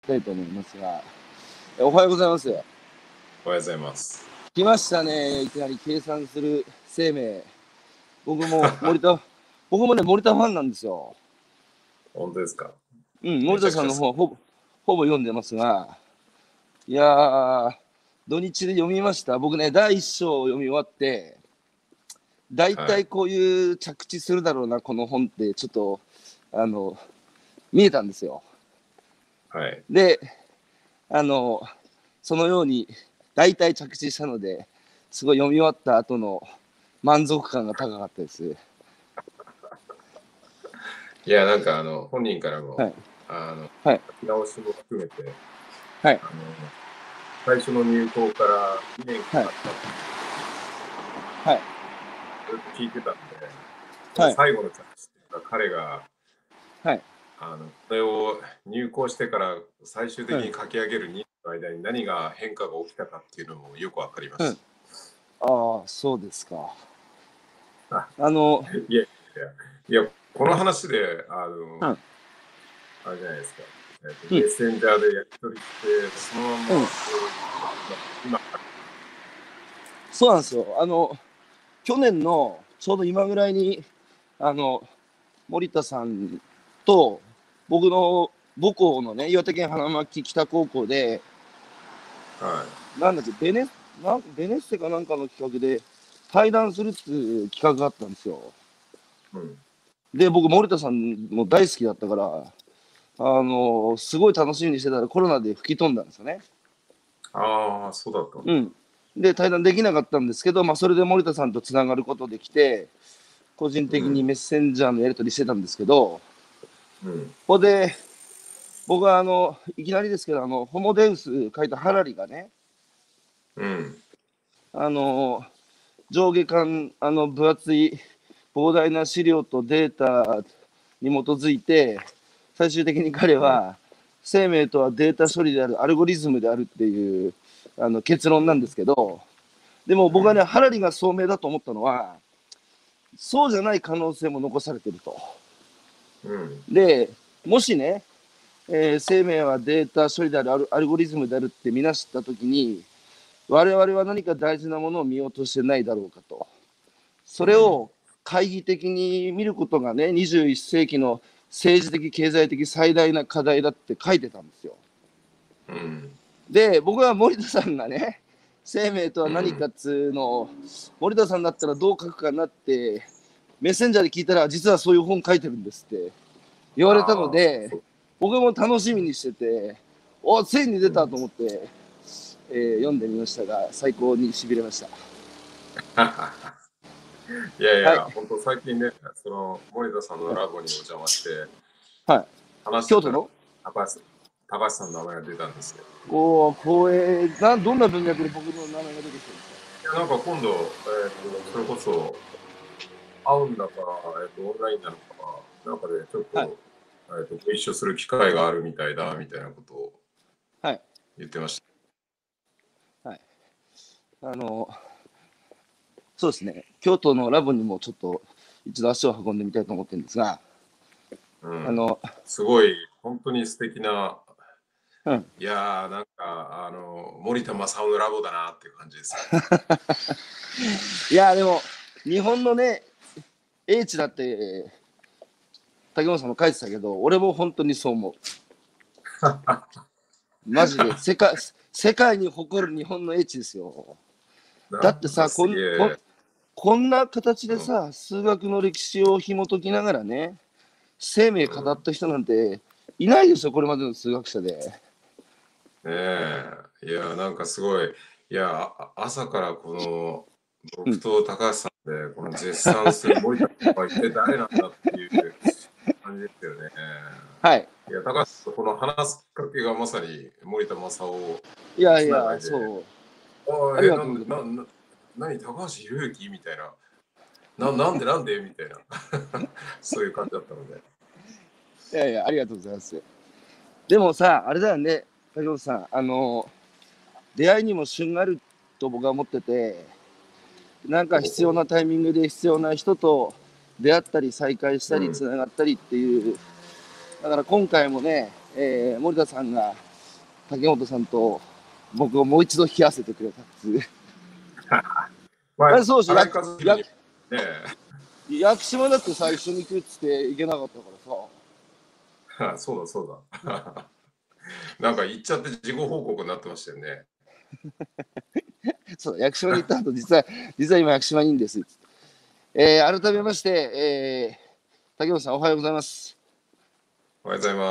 たいと思いますが、おはようございます。 おはようございます。 来ましたね、いきなり計算する生命。僕も森田ファンなんですよ。 本当ですか？ 森田さんの方ほぼ読んでますが、いやー、土日で読みました。僕ね、第一章読み終わって、だいたいこういう着地するだろうな、この本って、ちょっと、見えたんですよ。 はい。 で、そのように、大体着地したので、すごい読み終わった後の満足感が高かったです。 いや、なんか本人からも、 はい。 書き直しも含めて、 はい。 最初の入校から2年かかった、 はい。 ずっと聞いてたんで、 はい。 最後の着地が彼が、 はい。 それを入校してから最終的に書き上げる2年の間に何が変化が起きたかっていうのもよくわかりました。 ああ、そうですか。 いや、この話で、あれじゃないですか。メッセンジャーでやり取りして、そのまま、今、 そうなんですよ。去年のちょうど今ぐらいに、森田さんと僕の母校のね、岩手県花巻北高校で、なんだっけ、ベネッセかなんかの企画で対談するっていう企画があったんですよ。で、僕、森田さんも大好きだったから、すごい楽しみにしてたらコロナで吹き飛んだんですよね。 ああ、そうだったんだ。 で、対談できなかったんですけど、それで森田さんとつながることできて、個人的にメッセンジャーのやり取りしてたんですけど、ここで、僕はいきなりですけど、ホモデウス書いたハラリがね、上下巻、分厚い膨大な資料とデータに基づいて、最終的に彼は、生命とはデータ処理である、アルゴリズムであるっていう結論なんですけど、でも僕はね、ハラリが聡明だと思ったのは、そうじゃない可能性も残されていると。で、もしね、生命はデータ処理である、アルゴリズムであるってみなしたときに、我々は何か大事なものを見落としてないだろうかと。それを懐疑的に見ることがね、21世紀の政治的、経済的最大な課題だって書いてたんですよ。で、僕は森田さんがね、生命とは何かっつうのを、森田さんだったらどう書くかなって、メッセンジャーで聞いたら、実はそういう本書いてるんですって言われたので、僕も楽しみにしてて、ついに出たと思って、読んでみましたが、最高にしびれました。 いやいや、本当最近ね、その森田さんのラボにお邪魔して、 京都の高橋さんの名前が出たんですよ。 光栄どんな文脈で僕の名前が出てきてるんですか？なんか今度、それこそ会うんだか、オンラインなのか、なんかでちょっと、ご一緒する機会があるみたいだみたいなことを言ってました。 はい。そうですね、京都のラボにもちょっと一度足を運んでみたいと思ってるんですが、 すごい本当に素敵な、いやーなんか森田正夫のラボだなっていう感じです。 いやでも日本のね英知だって竹本さんも書いてたけど、俺も本当にそう思う。マジで世界に誇る日本の英知ですよ。だってさ、こんな形でさ、数学の歴史を紐解きながらね、生命語った人なんていないですよ、これまでの数学者で。 いや、なんかすごい、いや、朝からこの、僕と高橋さんで、この絶賛する森田さんは一体誰なんだっていう感じですよね。いや、高橋さんとこの話すきっかけがまさに森田正夫。 いやいや、そう。 何、高橋博之みたいな。なんでみたいな。そういう感じだったので。 いやいや、ありがとうございます。でもさ、あれだよね、竹本さん、出会いにも旬があると僕は思ってて、なんか必要なタイミングで必要な人と出会ったり再会したりつながったりっていう、だから今回もね、森田さんが竹本さんと僕をもう一度冷やせてくれたっていう。 まあ、 そうし荒井和弘にね、 屋久島だって最初に行くっつって行けなかったからさ。 そうだそうだ。なんか行っちゃって事後報告になってましたよね。 そうだ、屋久島に行った後、実は今屋久島にいるんです。改めまして、竹本さんおはようございます。 おはようございます。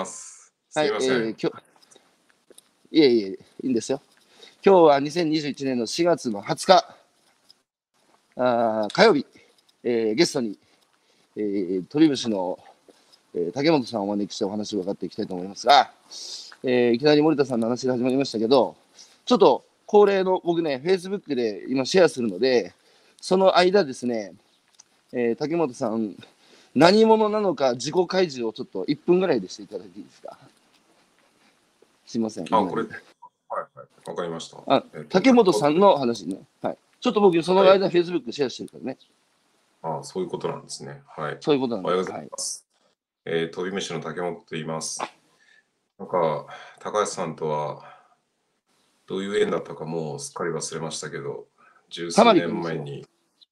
すはい、 みません。 いえいえ、いいんですよ。今日は2021年の4月の20日、火曜日、ゲストに、鳥節の、竹本さんをお招きしてお話を伺っていきたいと思いますが、いきなり森田さんの話が始まりましたけど、ちょっと恒例の僕ね、Facebook で今シェアするので、その間ですね、竹本さん、何者なのか自己開示をちょっと1分ぐらいでしていただいていいですか。すいません。 これ、はいはい、わかりました。 竹本さんの話ね。はい。ちょっと僕、その間、Facebook シェアしてるからね。 そういうことなんですね。はい。 そういうことなんです。 おはようございます。飛び飯の竹本と言います。なんか、高橋さんとは、どういう縁だったかもうすっかり忘れましたけど、十数年前に。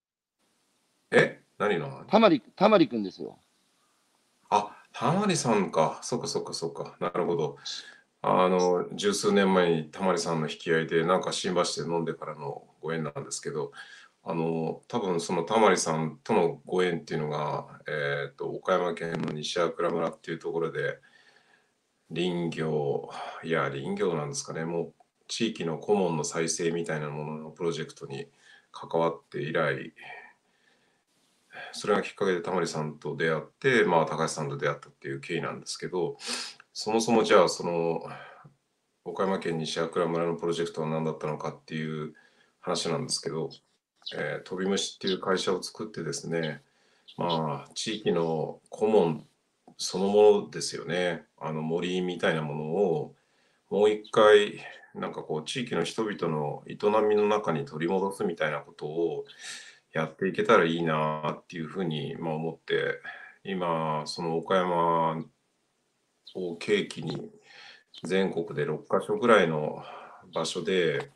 何のたまりくんですよ。 たまりさんか。そっか。なるほど。十数年前にたまりさんの引き合いで、なんか新橋で飲んでからのご縁なんですけど、多分そのたまりさんとのご縁っていうのが、岡山県の西粟倉村っていうところで、林業なんですかね、もう地域の顧問の再生みたいなもののプロジェクトに関わって以来、それがきっかけでタモリさんと出会って、高橋さんと出会ったっていう経緯なんですけど、そもそもじゃあその岡山県西粟倉村のプロジェクトは何だったのかっていう話なんですけど、飛び虫っていう会社を作ってですね、地域の顧問そのものですよね。森みたいなものをもう一回なんかこう地域の人々の営みの中に取り戻すみたいなことをやっていけたらいいなっていうふうに思って、今その岡山を契機に全国で6カ所ぐらいの場所で、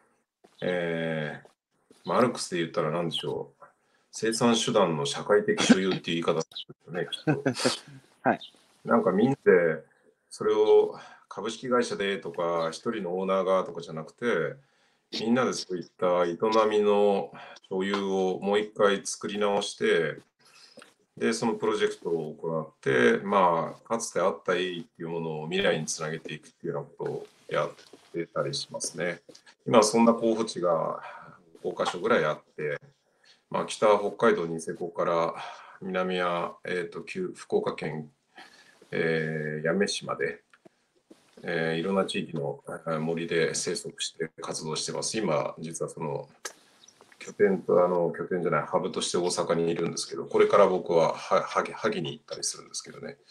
マルクスで言ったら何でしょう、生産手段の社会的所有っていう言い方ですよね、きっと。 はい。 なんかみんなでそれを株式会社でとか一人のオーナーがとかじゃなくて、みんなでそういった営みの所有をもう一回作り直して、で、そのプロジェクトを行って、かつてあった意義っていうものを未来につなげていくっていうようなことをやってたりしますね。今、そんな候補地が5カ所ぐらいあって、北は北海道ニセコから南は、福岡県、八女市まで、いろんな地域の森で生息して活動してます。今、実はその拠点じゃない、ハブとして大阪にいるんですけど、これから僕は萩に行ったりするんですけどね。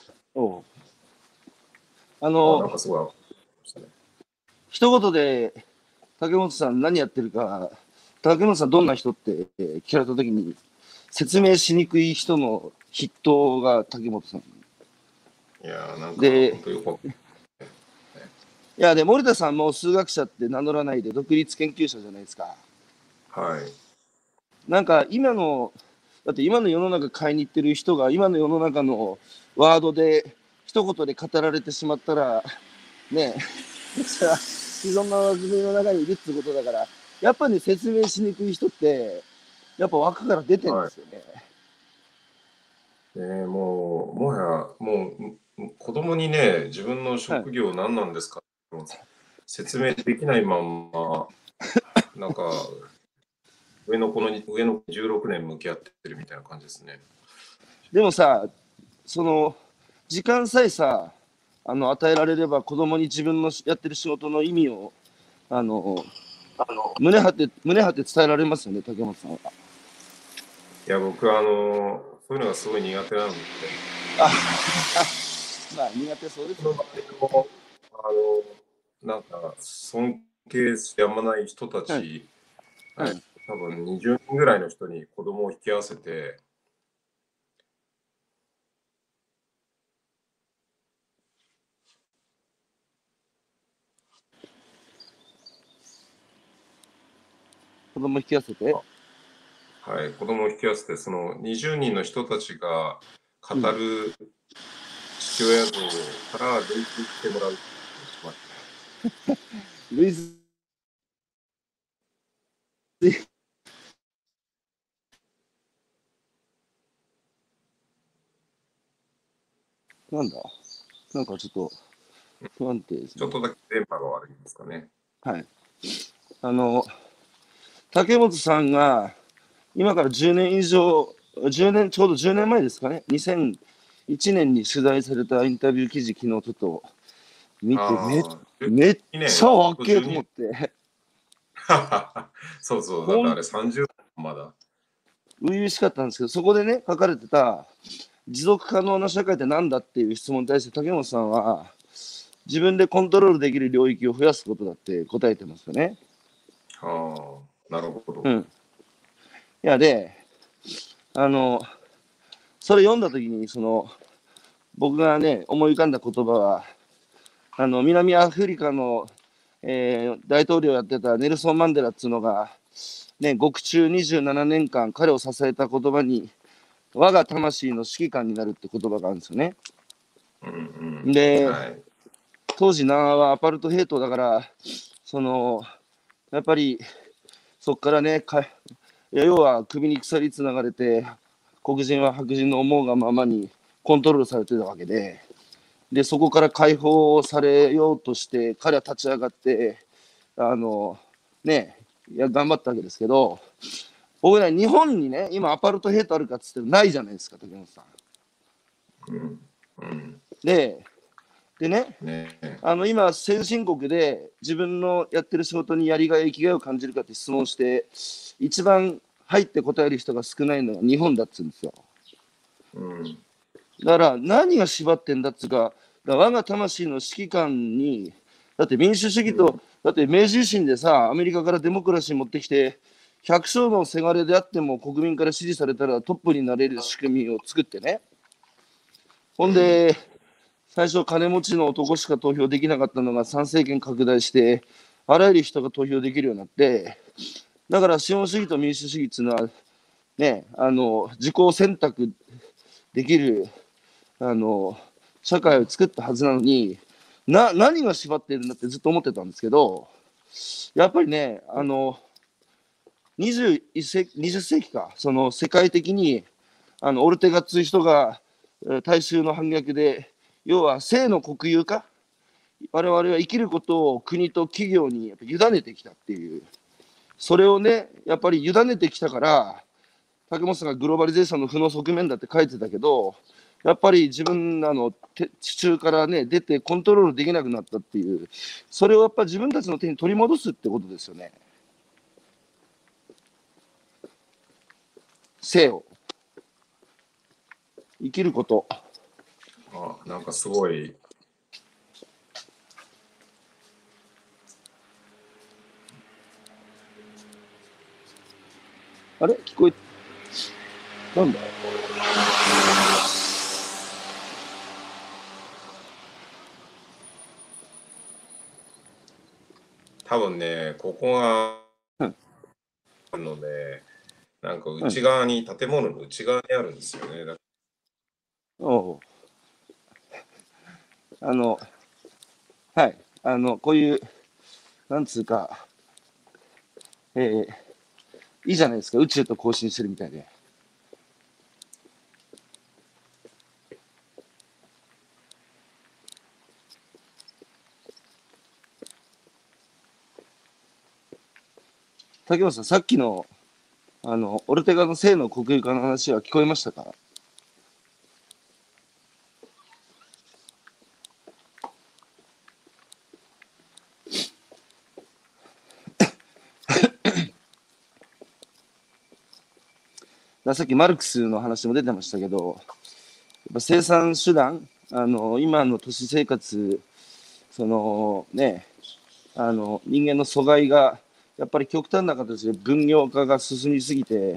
なんかすごい、 一言で竹本さん何やってるか、竹本さんどんな人って聞かれたときに、説明しにくい人の筆頭が竹本さん。 いやなんか本当よく。 いや、で、森田さんも数学者って名乗らないで独立研究者じゃないですか。 はい。 なんかだって今の世の中買いに行ってる人が今の世の中のワードで一言で語られてしまったら、ねえ、既存の枠組みの中にいるってことだから、やっぱり、ね、説明しにくい人って、やっぱ枠から出てるんですよね。 もはや、もう子供にね、自分の職業何なんですか、説明できないまんま、なんか上の16年向き合ってるみたいな感じですね。 でもさ、その時間さえさ、与えられれば子供に自分のやってる仕事の意味を胸張って伝えられますよね、竹本さんは。 いや、僕そういうのがすごい苦手なんで。 苦手そうですね。なんか尊敬しやまない人たち、多分20人ぐらいの人に子供を引き合わせて、 供引き寄せて。 はい、子供を引き寄せて、その20人の人たちが語る父親像から類似してもらうってしました。 類似なんだなんかちょっと不安定ですね。 ちょっとだけ電波が悪いんですかね。 はい。竹本さんが今から10年以上、10年、ちょうど10年前ですかね、2001年に取材されたインタビュー記事、昨日ちょっと見て、めっちゃわけと思って。 そうそう、だってあれ30年まだ。 初々しかったんですけど、そこでね、書かれてた、持続可能な社会って何だっていう質問に対して竹本さんは、自分でコントロールできる領域を増やすことだって答えてますよね。 ああ、なるほど。 うん。いや、で、それ読んだときに、僕がね、思い浮かんだ言葉は、南アフリカの、大統領やってたネルソン・マンデラっつうのが、ね、獄中27年間彼を支えた言葉に、我が魂の指揮官になるって言葉があるんですよね。で、はい、当時南アはアパルトヘイトだから、やっぱりそこからね、要は首に鎖つながれて、黒人は白人の思うがままにコントロールされてたわけで、そこから解放されようとして、彼は立ち上がって、頑張ったわけですけど、僕ら日本にね、今アパルトヘイトあるかっつってないじゃないですか、竹本さん。でね、今、先進国で自分のやってる仕事にやりがい、生きがいを感じるかって質問して、一番入って答える人が少ないのが日本だっつうんですよ。だから何が縛ってんだっつうか、我が魂の指揮官に、だって民主主義と、だって明治維新でさ、アメリカからデモクラシー持ってきて、百姓のせがれであっても国民から支持されたらトップになれる仕組みを作ってね。ほんで、最初金持ちの男しか投票できなかったのが参政権拡大して、あらゆる人が投票できるようになって、だから資本主義と民主主義っていうのは、ね、自己選択できる、社会を作ったはずなのに、何が縛ってるんだってずっと思ってたんですけど、やっぱりね、20世紀か、世界的に、オルテガっつう人が、大衆の反逆で、要は性の国有化、我々は生きることを国と企業にやっぱ委ねてきたっていう、それをね、やっぱり委ねてきたから、竹本さんがグローバリゼーションの負の側面だって書いてたけど、やっぱり自分らの地中からね、出てコントロールできなくなったっていう、それをやっぱ自分たちの手に取り戻すってことですよね。生を。生きること。 なんかすごい。 あれ聞こえ、なんだ多分ね、ここがあるので、なんか内側に、建物の内側にあるんですよね。 おう。はい、こういう、なんつうか、いいじゃないですか、宇宙と交信してるみたいで。竹本さん、さっきの、オルテガの性の国有化の話は聞こえましたか？さっきマルクスの話も出てましたけど、やっぱ生産手段、今の都市生活、人間の阻害が、やっぱり極端な形で分業化が進みすぎて、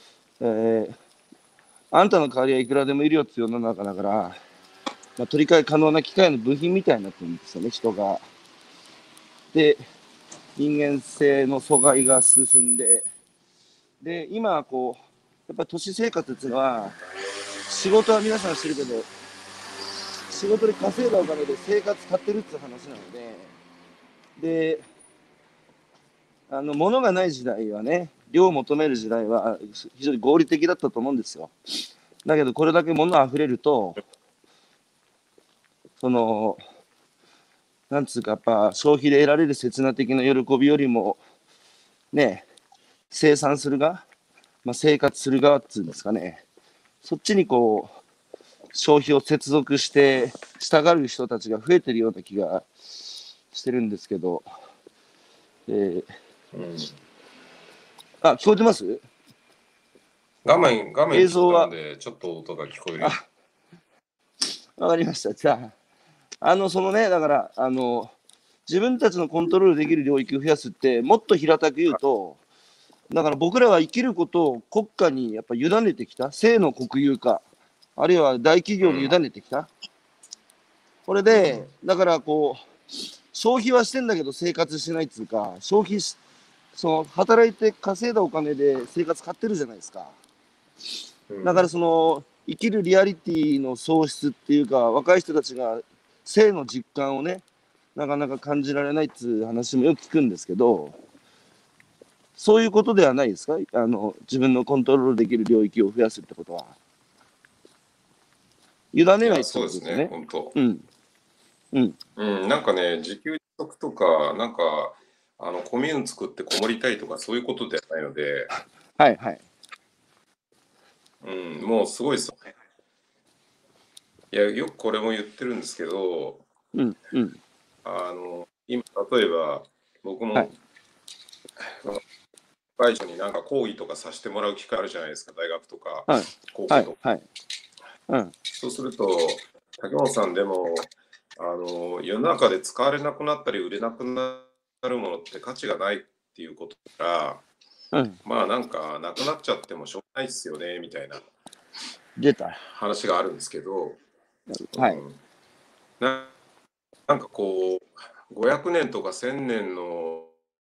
あんたの代わりはいくらでもいるよっていう世の中だから、取り替え可能な機械の部品みたいになってるんですよね、人が。で、人間性の阻害が進んで、 で、今、こう、やっぱり都市生活っていうのは、仕事は皆さんしてるけど、仕事で稼いだお金で生活買ってるっていう話なので、物がない時代はね、量を求める時代は非常に合理的だったと思うんですよ。だけど、これだけ物あふれると、その、なんつうか、やっぱ消費で得られる刹那的な喜びよりも、ね、生産する側、生活する側っていうんですかね、そっちにこう、消費を接続して従う人たちが増えてるような気がしてるんですけど、聞こえてます？ 画面映像は切ったんで、ちょっと音が聞こえるよ。 わかりました。じゃあ、そのね、だから、自分たちのコントロールできる領域を増やすって、もっと平たく言うと、だから僕らは生きることを国家にやっぱ委ねてきた、性の国有化、あるいは大企業に委ねてきた。これで、だからこう、消費はしてんだけど生活してないっていうか、消費し、働いて稼いだお金で生活買ってるじゃないですか。だから生きるリアリティの喪失っていうか、若い人たちが性の実感をね、なかなか感じられないっていう話もよく聞くんですけど、そういうことではないですか？自分のコントロールできる領域を増やすってことは。委ねないってことですよね。 本当。 なんかね、自給自足とか、なんか、コミューン作ってこもりたいとか、そういうことではないので、 はいはい。 もうすごいですよね。いや、よくこれも言ってるんですけど、今、例えば、僕も、会社になんか講義とかさせてもらう機会あるじゃないですか、大学とか、高校とか。そうすると、竹本さんでも、世の中で使われなくなったり売れなくなるものって価値がないっていうことから、まあなんかなくなっちゃってもしょうがないですよねみたいな話があるんですけど、なんかこう500年とか1000年の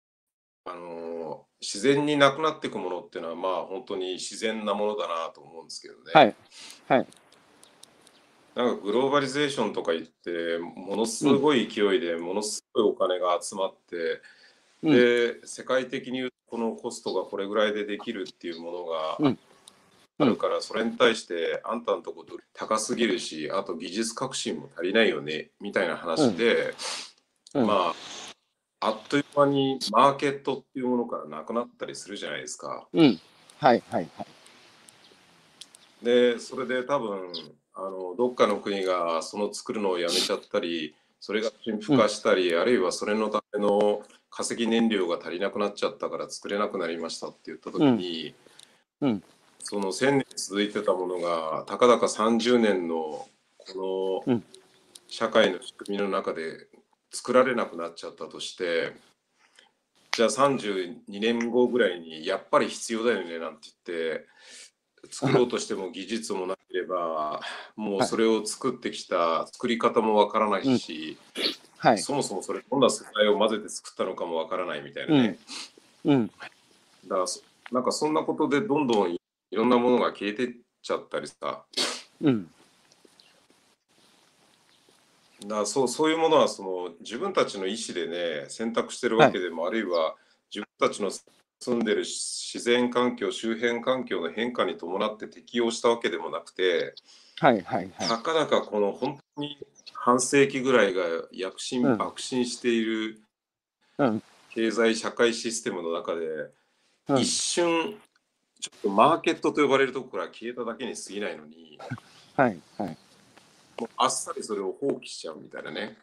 自然になくなっていくものっていうのはまあ本当に自然なものだなと思うんですけどね。なんかグローバリゼーションとか言ってものすごい勢いでものすごいお金が集まって、で世界的にこのコストがこれぐらいでできるっていうものがあるから、それに対してあんたのところ高すぎるし、あと技術革新も足りないよねみたいな話で、まああっという間にマーケットっていうものからなくなったりするじゃないですか。でそれで多分どっかの国がその作るのをやめちゃったり、それが陳腐化したり、あるいはそれのための化石燃料が足りなくなっちゃったから作れなくなりましたって言った時に、その1000年続いてたものがたかだか30年のこの社会の仕組みの中で作られなくなっちゃったとして、じゃあ32年後ぐらいにやっぱり必要だよねなんて言って作ろうとしても技術もなければ、もうそれを作ってきた作り方もわからないし、そもそもそれどんな素材を混ぜて作ったのかもわからないみたいなね。だからなんかそんなことでどんどんいろんなものが消えてっちゃったりさ。だからそういうものは自分たちの意思でね選択してるわけでも、あるいは自分たちの住んでる自然環境周辺環境の変化に伴って適応したわけでもなくて、たかだかこの本当に半世紀ぐらいが躍進爆進している経済社会システムの中で、一瞬ちょっとマーケットと呼ばれるところから消えただけに過ぎないのに、もうあっさりそれを放棄しちゃうみたいなね。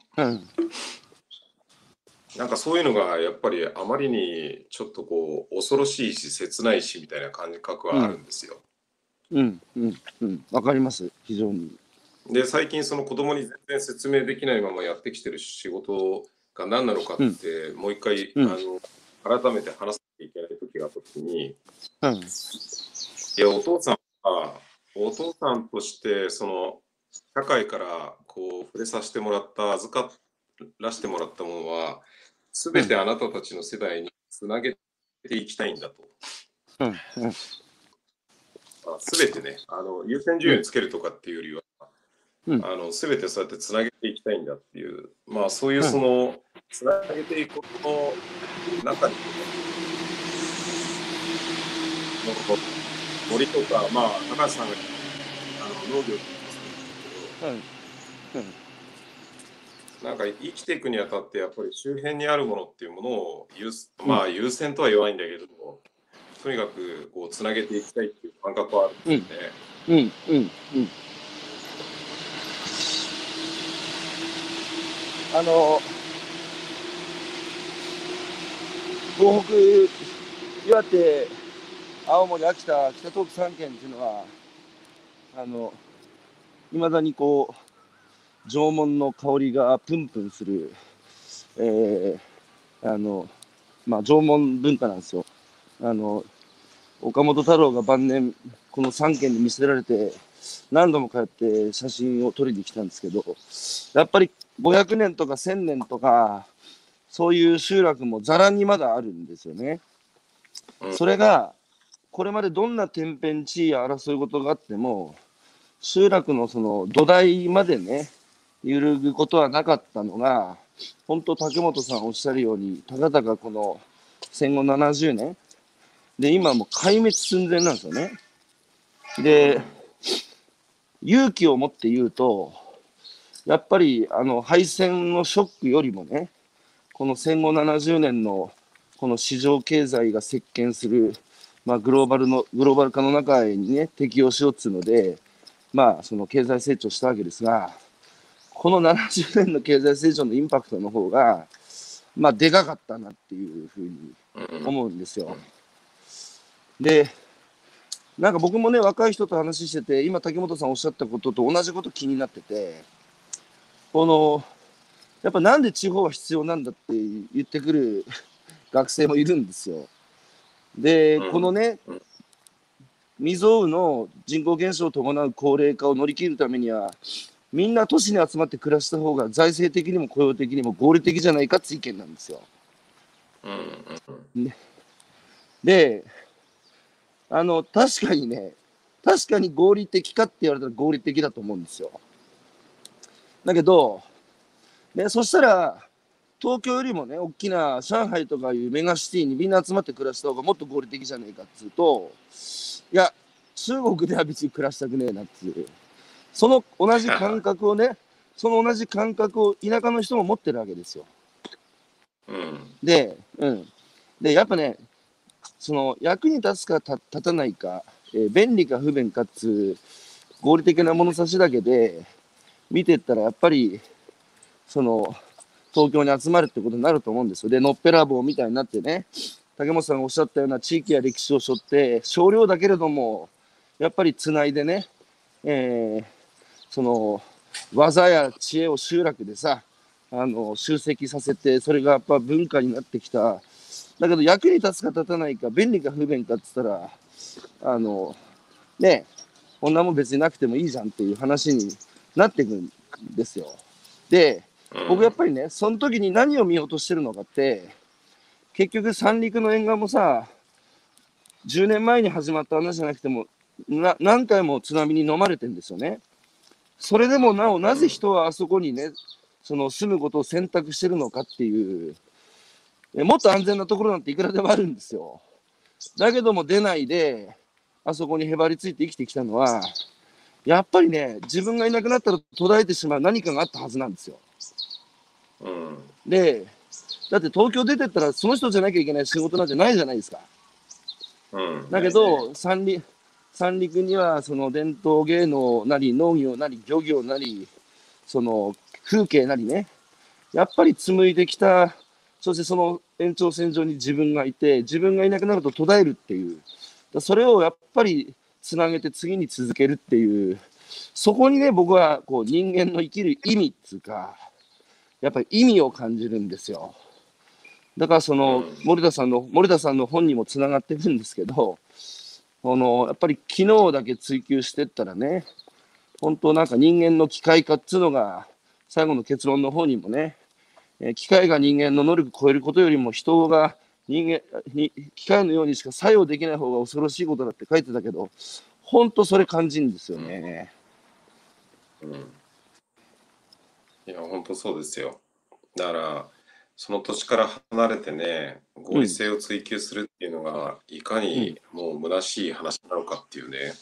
なんかそういうのがやっぱりあまりにちょっとこう恐ろしいし切ないしみたいな感覚はあるんですよ。 わかります、非常に。 で最近その子供に全然説明できないままやってきてる仕事が何なのかって、もう一回、改めて話さなきゃいけない時があった時に、いやお父さんとしてその社会からこう触れさせてもらった預からしてもらったものは全てあなたたちの世代につなげていきたいんだと。 すべてね、優先順位をつけるとかっていうよりは、すべてそうやってつなげていきたいんだっていう、そういうその、つなげていくことの中に、森とか、高橋さんが農業って言ってますけど、なんか生きていくにあたって、やっぱり周辺にあるものっていうものを優先とは弱いんだけど、とにかくこうつなげていきたいっていう感覚はあるんですよね。 東北、岩手、青森、秋田、北東北3県っていうのは、いまだにこう、縄文の香りがプンプンする、縄文文化なんですよ。岡本太郎が晩年、この3県に見せられて、何度も通って写真を撮りに来たんですけど、やっぱり500年とか1000年とか、そういう集落もざらにまだあるんですよね。それが、これまでどんな天変地異や争い事があっても、集落のその土台までね、揺るぐことはなかったのが、本当竹本さんおっしゃるように、たかだかこの戦後70年で、今もう壊滅寸前なんですよね。で、勇気を持って言うと、やっぱり敗戦のショックよりもね、この戦後70年のこの市場経済が席巻する、グローバル化の中にね、適応しようっつうので、その経済成長したわけですが、この70年の経済成長のインパクトの方が、でかかったなっていうふうに思うんですよ。で、なんか僕もね、若い人と話してて、今竹本さんおっしゃったことと同じこと気になってて、やっぱなんで地方は必要なんだって言ってくる学生もいるんですよ。で、このね、未曾有の人口減少を伴う高齢化を乗り切るためには、みんな都市に集まって暮らした方が財政的にも雇用的にも合理的じゃないかって意見なんですよ。で、確かに合理的かって言われたら合理的だと思うんですよ。だけど、そしたら、東京よりもね、大きな上海とかいうメガシティにみんな集まって暮らした方がもっと合理的じゃねえかっつうと、いや、中国では別に暮らしたくねえなっつう。その同じ感覚をね、田舎の人も持ってるわけですよ。で、やっぱね、その役に立つか立たないか、便利か不便かっつう合理的な物差しだけで見てったらやっぱりその東京に集まるってことになると思うんですよ。で、のっぺらぼうみたいになってね、竹本さんがおっしゃったような地域や歴史を背負って少量だけれどもやっぱりつないでね、その技や知恵を集落でさ集積させて、それがやっぱ文化になってきた。だけど役に立つか立たないか、便利か不便かって言ったらね、こんなもん別になくてもいいじゃんっていう話になっていくんですよ。で、僕やっぱりね、その時に何を見落としてるのかって、結局三陸の沿岸もさ、10年前に始まった話じゃなくても何回も津波に飲まれてるんですよね。それでもなお、なぜ人はあそこにね、その住むことを選択してるのかっていう、もっと安全なところなんていくらでもあるんですよ。だけども出ないで、あそこにへばりついて生きてきたのは、やっぱりね、自分がいなくなったら途絶えてしまう何かがあったはずなんですよ。で、だって東京出てったらその人じゃなきゃいけない仕事なんてないじゃないですか。だけど、三陸にはその伝統芸能なり農業なり漁業なりその風景なりね、やっぱり紡いできた。そしてその延長線上に自分がいて、自分がいなくなると途絶えるっていう、それをやっぱりつなげて次に続けるっていう、そこにね、僕はこう人間の生きる意味っていうか、やっぱり意味を感じるんですよ。だからその森田さんの本にもつながってるんですけど、やっぱり機能だけ追求してったらね、本当なんか人間の機械化っていうのが最後の結論の方にもね、機械が人間の能力を超えることよりも人が人間に機械のようにしか作用できない方が恐ろしいことだって書いてたけど、本当それ感じるんですよね。 いや、本当そうですよ。だから、その土地から離れてね、合理性を追求するっていうのが、いかにもう虚しい話なのかっていうね。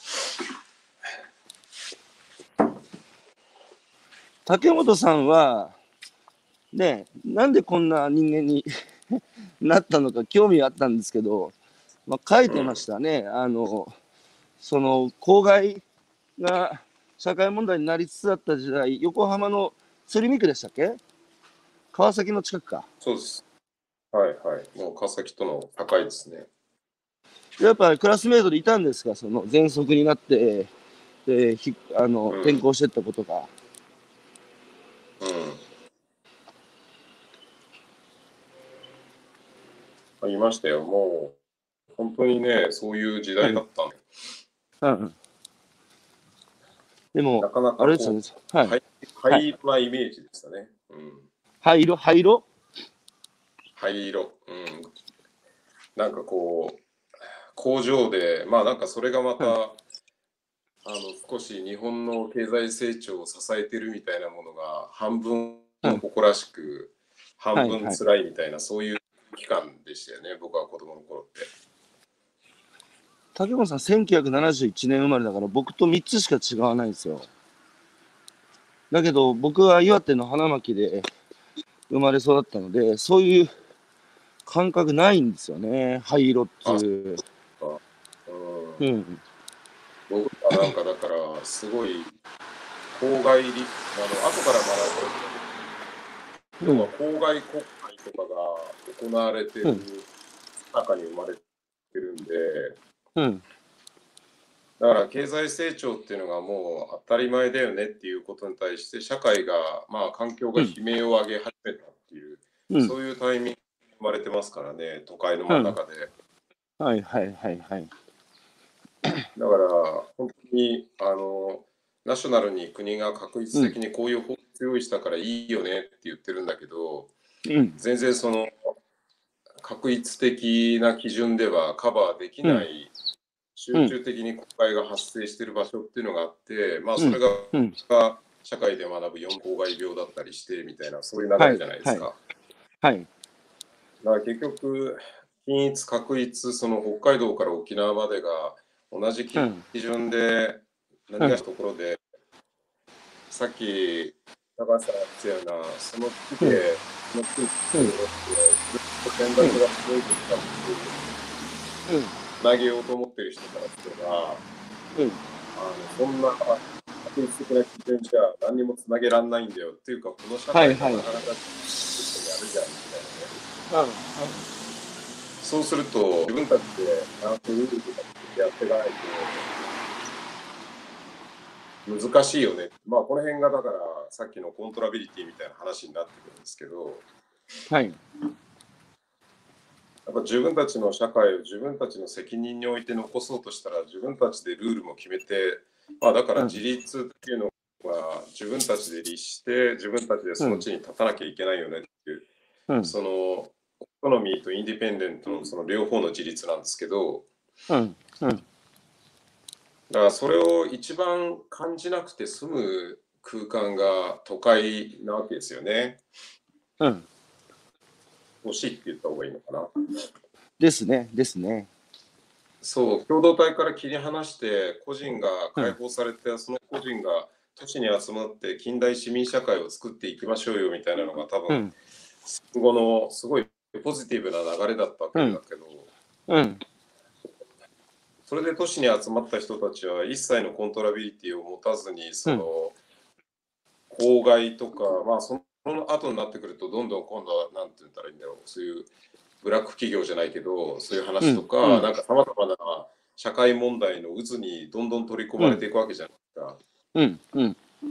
竹本さんは、ね、なんでこんな人間になったのか興味があったんですけど、書いてましたね。その公害が社会問題になりつつあった時代、横浜の鶴見区でしたっけ？川崎の近くか。 そうです。はいはい。もう川崎との高いですね。 やっぱりクラスメートでいたんですか、その喘息になって、転校してったことが。 いましたよ。もう、本当にね、そういう時代だったんで。 でも、 なかなかあれですよね。 灰色なイメージでしたね。 灰色灰色。なんかこう、工場で、まあなんかそれがまた、少し日本の経済成長を支えてるみたいなものが半分誇らしく、半分辛いみたいな、そういう期間でしたよね、僕は子供の頃って。 竹本さん、1971年生まれだから、僕と3つしか違わないんですよ。だけど、僕は岩手の花巻で生まれ育ったので、そういう感覚ないんですよね、灰色っていう。 僕はなんかだから、すごい、後から学ぶ要は校外国会とかが行われてる中に生まれてるんで、だから経済成長っていうのがもう当たり前だよねっていうことに対して社会が、まあ環境が悲鳴を上げ始めたっていう、そういうタイミングに生まれてますからね、都会の真ん中で。だから本当にナショナルに国が確一的にこういう法律用意したからいいよねって言ってるんだけど、全然その確一的な基準ではカバーできない、集中的に公害が発生している場所っていうのがあって、まあそれが社会で学ぶ4公害病だったりしてみたいな、そういう流れじゃないですか。だから結局、均一、確一、その北海道から沖縄までが同じ基準で何がしたところで、さっき高橋さんが言ったような、その地で、その地域で、ずっと選択が強いですかっていう、つなげようと思ってる人からすれば、そんな確率的な基準じゃ何にもつなげられないんだよっていうか、この社会がなかなかやるじゃんみたいなね。そうすると、自分たちでちゃんとルールとかやっていかないと難しいよね。まあ、この辺がだから、さっきのコントラビリティみたいな話になってくるんですけど、やっぱ自分たちの社会を自分たちの責任において残そうとしたら、自分たちでルールも決めて、まあ、だから自立っていうのは自分たちで律して自分たちでその地に立たなきゃいけないよねっていう、そのオートノミーとインディペンデントのその両方の自立なんですけど、だからそれを一番感じなくて済む空間が都会なわけですよね。欲しいって言った方がいいのかな。 ですね。 そう、共同体から切り離して個人が解放されて、その個人が都市に集まって近代市民社会を作っていきましょうよみたいなのが多分、戦後のすごいポジティブな流れだったわけだけど、それで都市に集まった人たちは一切のコントラビリティを持たずに、その公害とか、まあその後になってくるとどんどん今度は何て言ったらいいんだろう、そういうブラック企業じゃないけど、そういう話とか、なんかさまざまな社会問題の渦にどんどん取り込まれていくわけじゃないですか。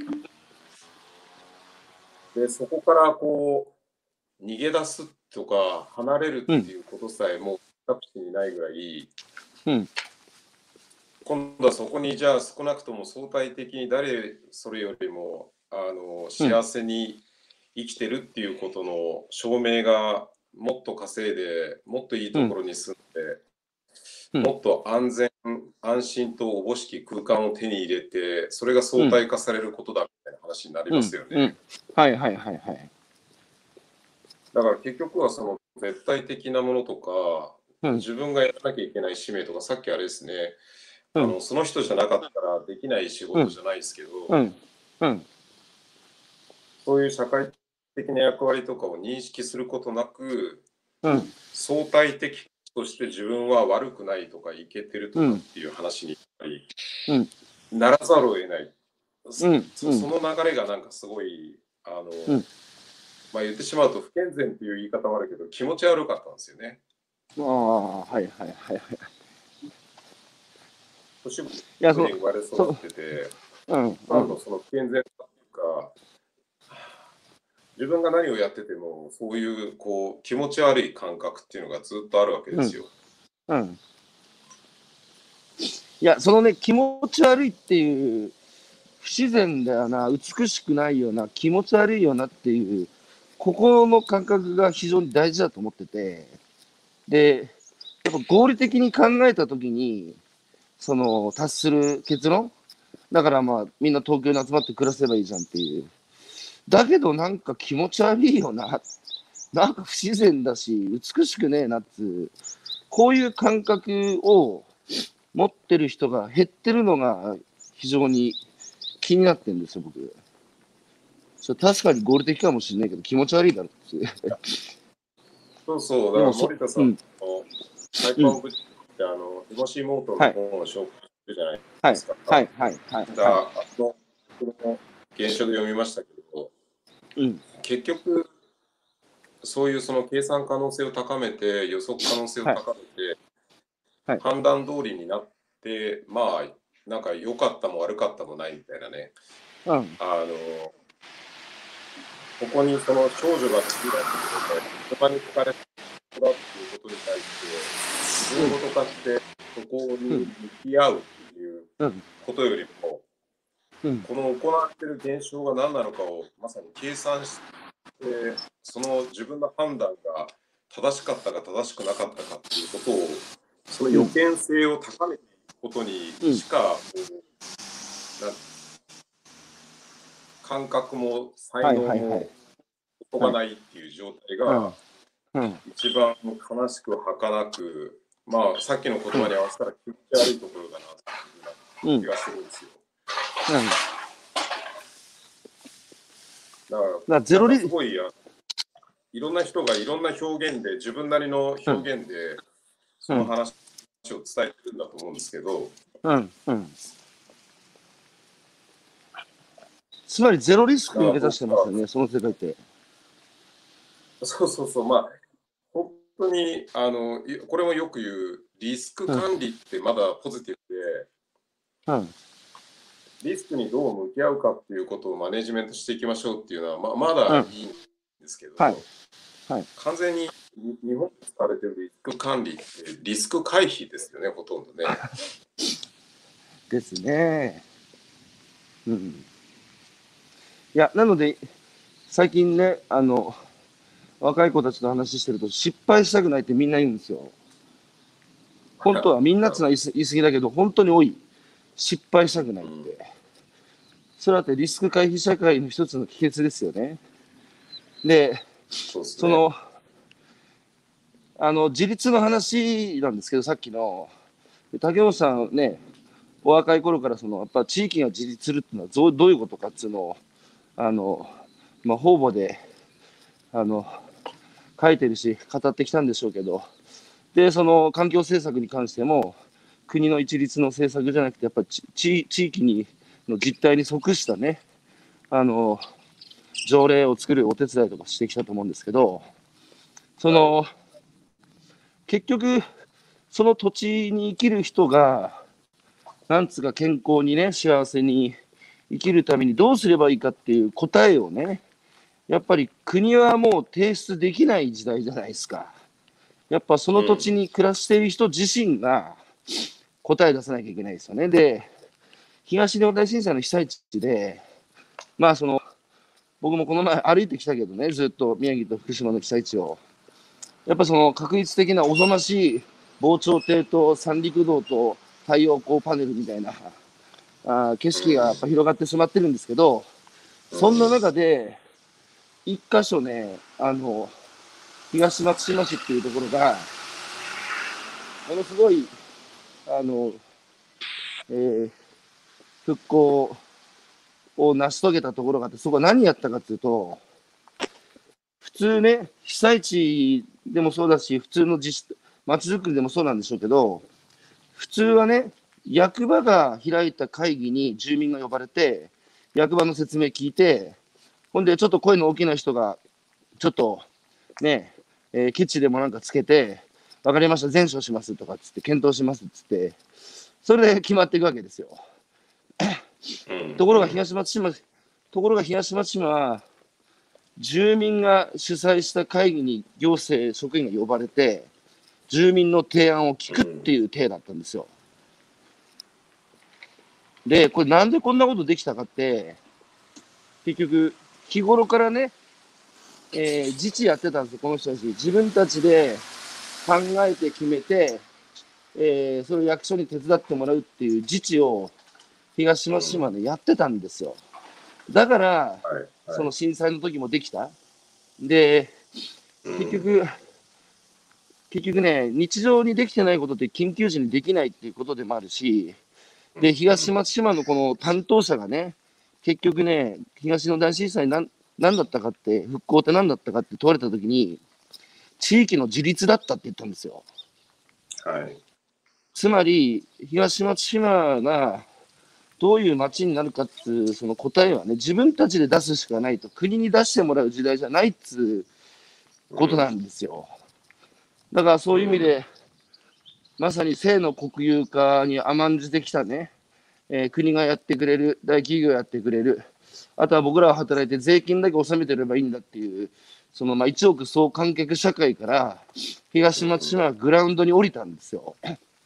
で、そこからこう、逃げ出すとか、離れるっていうことさえもう選択肢にないぐらい、今度はそこにじゃあ少なくとも相対的に誰それよりも幸せに生きてるっていうことの証明がもっと稼いで、もっといいところに住んで、もっと安全、安心とおぼしき空間を手に入れて、それが相対化されることだみたいな話になりますよね。 はいはいはいはい。 だから結局はその絶対的なものとか、自分がやらなきゃいけない使命とか、さっきあれですね、その人じゃなかったらできない仕事じゃないですけど、そういう社会的な役割とかを認識することなく、相対的として自分は悪くないとかいけてるとかっていう話にやっぱりならざるを得ない。その流れがなんかすごい、まあ言ってしまうと不健全っていう言い方はあるけど気持ち悪かったんですよね。 ああ、はいはいはいはい。 都市部に言われそうになってて、なんのその不健全さっていうか、自分が何をやっててもそういうこう気持ち悪い感覚っていうのがずっとあるわけですよ。 いや、そのね、気持ち悪いっていう、不自然だよな、美しくないよな、気持ち悪いよなっていう、ここの感覚が非常に大事だと思ってて、で、やっぱ合理的に考えたときに、その、達する結論だからまあ、みんな東京に集まって暮らせばいいじゃんっていう。だけどなんか気持ち悪いよな。なんか不自然だし、美しくねえなっつう、こういう感覚を持ってる人が減ってるのが非常に気になってるんですよ、僕。確かに合理的かもしれないけど、気持ち悪いだろって。 そうそう、だから森田さんのタイパンブッチってエモシーモートの本を紹介してるじゃないですか。 はいはいはい。 この原書で読みましたけど、結局、そういうその計算可能性を高めて、予測可能性を高めて、判断通りになって、まあ、なんか良かったも悪かったもないみたいなね。ここにその少女が好きだってことで、車に惹かれたっていうことに対して、自分ごと化してそこに向き合うっていうことよりも、この行われている現象が何なのかをまさに計算して、その自分の判断が正しかったか正しくなかったかっていうことを、その予見性を高めていくことにしか、感覚も才能も届かないっていう状態が一番悲しく儚く、まあさっきの言葉に合わせたら気持ち悪いところだなっていう気がするんですよ。だからすごいいろんな人がいろんな表現で自分なりの表現でその話を伝えてるんだと思うんですけど、 つまりゼロリスクを目指してますよね、その世界って。 そうそうそう、まあ、本当にこれもよく言う、リスク管理ってまだポジティブで、リスクにどう向き合うかっていうことをマネジメントしていきましょうっていうのは、まだいいんですけど、完全に日本で使われているリスク管理ってリスク回避ですよね、ほとんどね。 ですね。いや、なので、最近ね、若い子たちと話してると、失敗したくないってみんな言うんですよ。本当は、みんなってのは言い過ぎだけど、本当に多い。失敗したくないって。それだってリスク回避社会の一つの秘訣ですよね。で、その、自立の話なんですけど、さっきの、竹本さんね、お若い頃からやっぱ地域が自立するっていうのはどういうことかっていうのを、まあ、方々で、書いてるし、語ってきたんでしょうけど、で、その環境政策に関しても、国の一律の政策じゃなくて、やっぱり地域の実態に即したね、条例を作るお手伝いとかしてきたと思うんですけど、結局、その土地に生きる人が、なんつうか健康にね、幸せに生きるためにどうすればいいかっていう答えをね、やっぱり国はもう提出できない時代じゃないですか。やっぱその土地に暮らしている人自身が答え出さなきゃいけないですよね。で、東日本大震災の被災地で、まあ僕もこの前歩いてきたけどね、ずっと宮城と福島の被災地を。 やっぱその確率的なおぞましい防潮堤と三陸道と太陽光パネルみたいな景色がやっぱ広がってしまってるんですけど、そんな中で、一箇所ね、東松島市っていうところが、ものすごい、あの、えー復興を成し遂げたところがあって、そこは何やったかっていうと、普通ね、被災地でもそうだし、普通の町づくりでもそうなんでしょうけど、普通はね、役場が開いた会議に住民が呼ばれて、役場の説明聞いて、ほんでちょっと声の大きな人が、ちょっとね、ケチでもなんかつけて、わかりました、全処しますとかっつって、検討しますっつって、それで決まっていくわけですよ。ところが東松島は、住民が主催した会議に行政職員が呼ばれて、住民の提案を聞くっていう体だったんですよ。で、これなんでこんなことできたかって、結局、日頃からね、自治やってたんですよ、この人たち。自分たちで考えて決めて、それを役所に手伝ってもらうっていう自治を東松島でやってたんですよ。だから、その震災の時もできた。で、結局ね、日常にできてないことって緊急時にできないっていうことでもあるし、で、東松島のこの担当者がね、結局ね、東日本大震災何だったかって、復興って何だったかって問われたときに、地域の自立だったって言ったんですよ。 はい。 つまり、東松島がどういう町になるかっていう、その答えはね、自分たちで出すしかないと、国に出してもらう時代じゃないっつうことなんですよ。だからそういう意味で、まさに性の国有化に甘んじてきたね、国がやってくれる、大企業やってくれる、あとは僕らは働いて税金だけ納めてればいいんだっていう、その一億総観客社会から、東松島はグラウンドに降りたんですよ。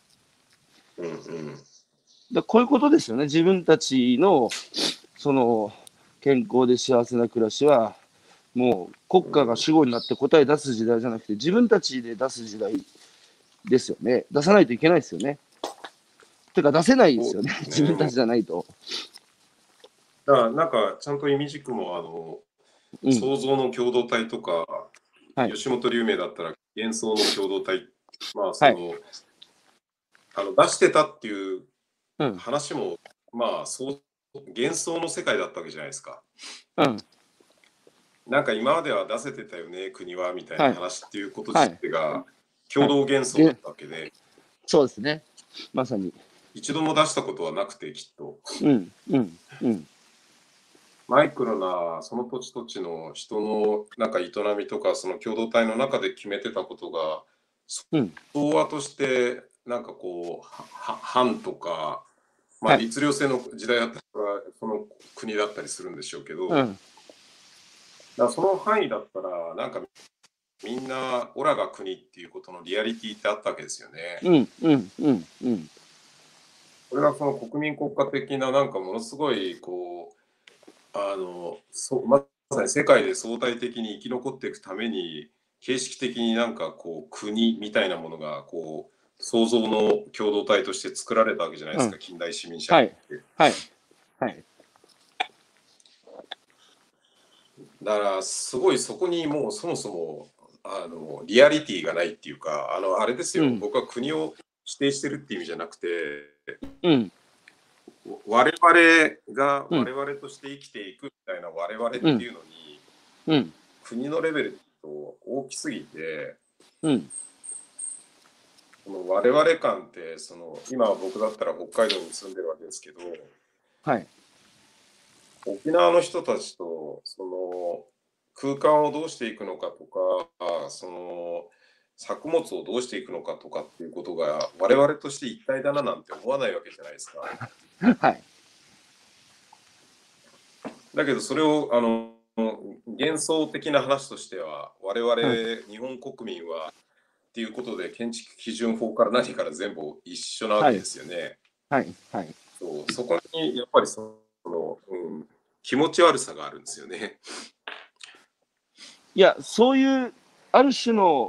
こういうことですよね。自分たちの、その、健康で幸せな暮らしは、もう国家が主語になって答え出す時代じゃなくて、自分たちで出す時代ですよね。出さないといけないですよね。てか出せないですよね。自分たちじゃないと。 だからなんかちゃんと意味軸も創造の共同体とか、吉本龍明だったら幻想の共同体、まあその、出してたっていう話も、まあ幻想の世界だったわけじゃないですか。なんか今までは出せてたよね、国はみたいな話っていうこと自体が共同幻想だったわけで、 そうですね。まさに。 一度も出したことはなくて、きっと。マイクロなその土地土地の人のなんか営みとかその共同体の中で決めてたことが、総和としてなんかこう藩とか、まあ律令制の時代だったらその国だったりするんでしょうけど、だからその範囲だったらなんかみんなオラが国っていうことのリアリティってあったわけですよね。これがその国民国家的ななんかものすごいこうまさに世界で相対的に生き残っていくために形式的になんかこう国みたいなものがこう創造の共同体として作られたわけじゃないですか、近代市民社会って。だからすごいそこにもうそもそもリアリティがないっていうかあれですよ、僕は国を指定してるっていう意味じゃなくて、我々が我々として生きていくみたいな我々っていうのに、国のレベルと大きすぎて、その我々感ってその今僕だったら北海道に住んでるわけですけど、沖縄の人たちとその空間をどうしていくのかとか、その作物をどうしていくのかとかっていうことが我々として一体だななんて思わないわけじゃないですか。だけどそれを幻想的な話としては我々日本国民はっていうことで建築基準法から何から全部一緒なわけですよね。そこにやっぱりその、気持ち悪さがあるんですよね。 いや、そういうある種の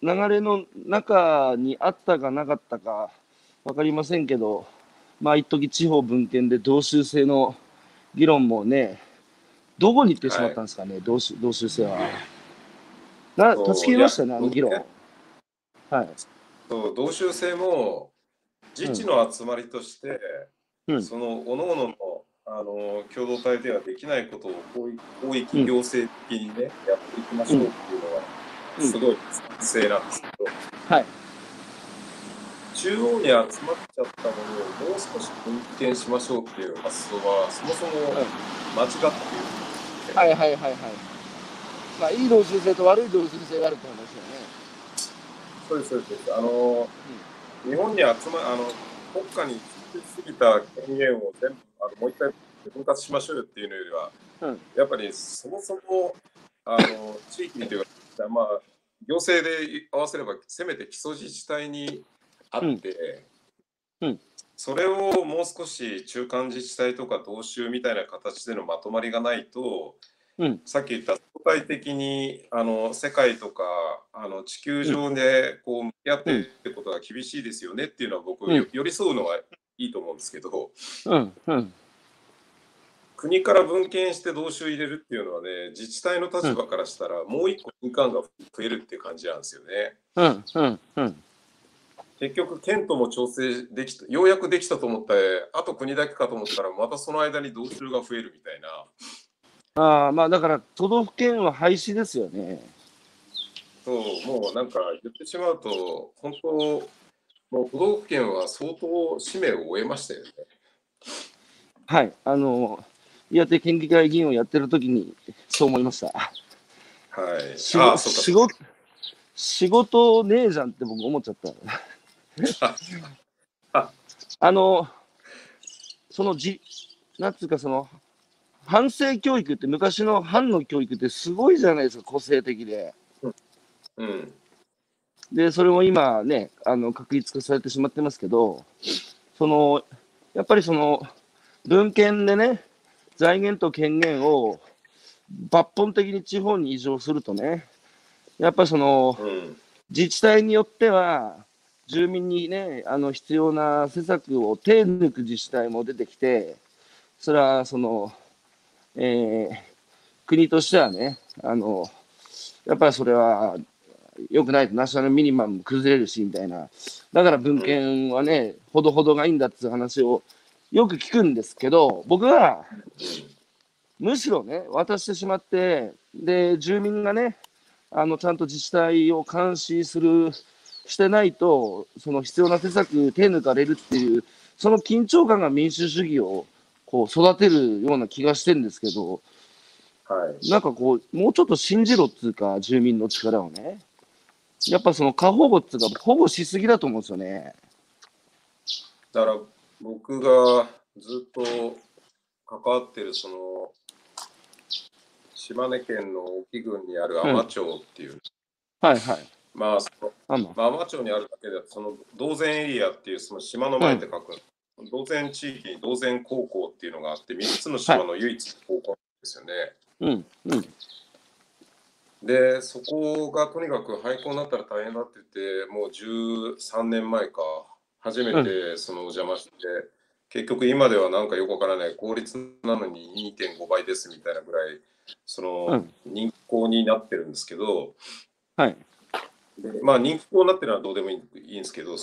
流れの中にあったかなかったか分かりませんけど、まあ一時地方分権で同州制の議論もね、どこに行ってしまはい。 ったんですかね、同州制は。断ち切そう、いや、 りましたね、あの議論。はい。 そう、同州制も自治うん。 の集まりとして、 うん。 その各々の、共同体ではできないことを広域うん。 行政的にね、やっていきまうん。 しょうっていうのは、 うん。 すごい賛成なんですけど、 はい。 中央に集まっちゃったものをもう少し分権しましょうっていう発想は、そもそもうん。 間違っていると思ってて、 はいはいはいはい。まあ、いい同州制と悪い同州制があるって話だよね。 そうです、そうです。日本に集ま、国家に尽くしすぎた権限を全部、もう一回分割しましょうよっていうのよりは、 うん。うん。 やっぱりそもそも、地域にというか、まあ、行政で合わせれば、せめて基礎自治体にあうん。 って、 うん。 それをもう少し中間自治体とか同州みたいな形でのまとまりがないと、 うん。 さっき言った相対的に世界とか地球うん。 上でこう向き合ってうん。 いくことが厳しいですよねっていうのは僕うん。 寄り添うのはいいと思うんですけど、 うん。うん。 国から分権して同州入れるっていうのはね、自治体のうん。 立場からしたらもう一個民間が増えるっていう感じなんですよね。 うん。うん。うん。 結局県とも調整できた、ようやくできたと思ったらあと国だけかと思ったらまたその間に同州が増えるみたいな。 ああ、まあだから都道府県は廃止ですよね。 そう、もうなんか言ってしまうと本当もう都道府県は相当使命を終えましたよね。 はい。岩手県議会議員をやってる時にそう思いました。 はい。 仕事、 ああ、そうかそうか。 仕事ねえじゃんって僕思っちゃった。 あ、あ、 あの、そのなんつうか反省教育って昔の反の教育ってすごいじゃないですか、個性的で。 うん、 で、それも今ね、確立化されてしまってますけど、その、やっぱり文献でね、財源と権限を抜本的に地方に移譲するとね、やっぱうん、 自治体によっては、住民にね、必要な施策を手抜く自治体も出てきて、それはえー国としてはね、やっぱりそれは良くないと、ナショナルミニマムも崩れるし、みたいな。だから文うん、 献はね、ほどほどがいいんだっていう話をよく聞くんですけど、僕はうん、 むしろね、渡してしまって、で、住民がね、ちゃんと自治体を監視してないと、その必要な施策手抜かれるっていう、その緊張感が民主主義をこう育てるような気がしてるんですけど、 はい。 なんかもうちょっと信じろっつうか、住民の力をね。やっぱ過保護っつうか、保護しすぎだと思うんですよね。 だから僕がずっと関わってるその島根県の隠岐郡にある海うん。 士町っていう、 はいはい。 まあその、 あんの。 まあ、海士町にあるだけでその道前エリアっていうその島のうん。 前って書く道前地域に道前高校っていうのがあって3つのはい。 島の唯一の高校なんですよね。 うん。うん。 で、そこがとにかく廃校になったら大変だって言って、もう13年前か、初めうん。 てそのお邪魔して、結局今ではなんかよくわからない公立なのに2.5倍ですみたいなぐらい、そのうん。 人気校になってるんですけど、 はい。 でまあ人気校になってるのはどうでもいいんですけど、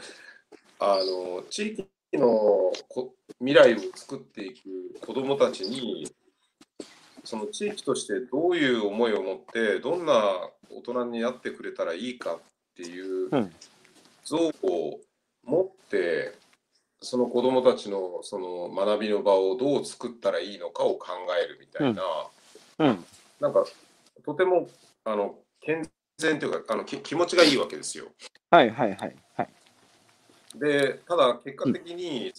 地域の未来を作っていく子どもたちに、その地域としてどういう思いを持ってどんな大人になってくれたらいいかっていううん。 像を持ってその子どもたちのその学びの場をどう作ったらいいのかを考えるみたうん。 いな、 うん。 なんかとても健全というか気持ちがいいわけですよ。 はいはいはいはい。 でただ結果うん。 的に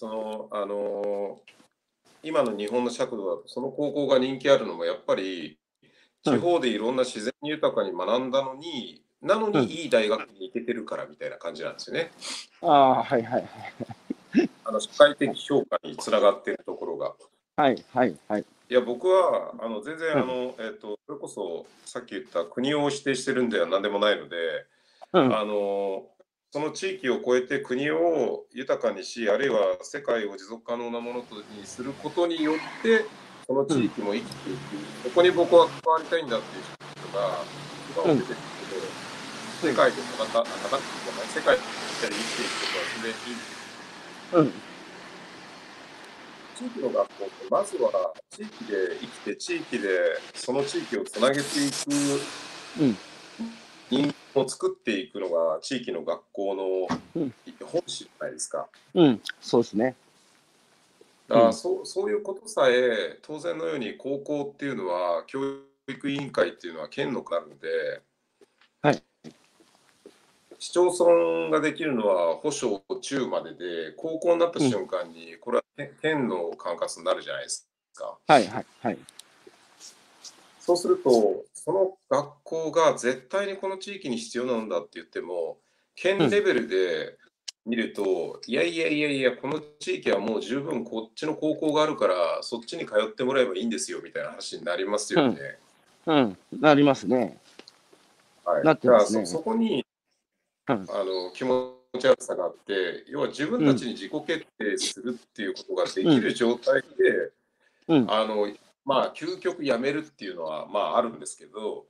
今の日本の尺度だとその高校が人気あるのもやっぱりうん。 地方でいろんな自然豊かに学んだのに、なのにうん。 いい大学に行けてるからみたいな感じなんですよね。 ああ、はいはいはい。 社会的評価につながっているところが。 はいはいはい。 いや、僕は全然うん。 それこそさっき言った国を否定してるんでは何でもないので、 うん。 その地域を超えて国を豊かにし、あるいは世界を持続可能なものにすることによって、その地域も生きていく、そこに僕は関わりたいんだっていう人が一番多いですけど、世界で戦ってじゃない、世界で生きていくことは全然いいんですうん。 地域の学校って、まずは地域で生きて、地域でその地域をつなげていく人間を作っていくのが地域の学校の本質じゃないですか。 うん。そうですね。 だからそういうことさえ当然のように高校っていうのは教育委員会っていうのは県のなるので、 はい。 市町村ができるのは保証中までで、高校になった瞬間にこれは県の管轄になるじゃないですか。 はいはいはい。 そうするとその学校が絶対にこの地域に必要なんだって言っても、県レベルで見ると、いやいやいやいや、この地域はもう十分こっちの高校があるから、そっちに通ってもらえばいいんですよみたいな話になりますよね。 なりますね。 はい、 なってますね。 そこに気持ち悪さがあって、要は自分たちに自己決定するっていうことができる状態で、まあ究極やめるっていうのはまああるんですけど、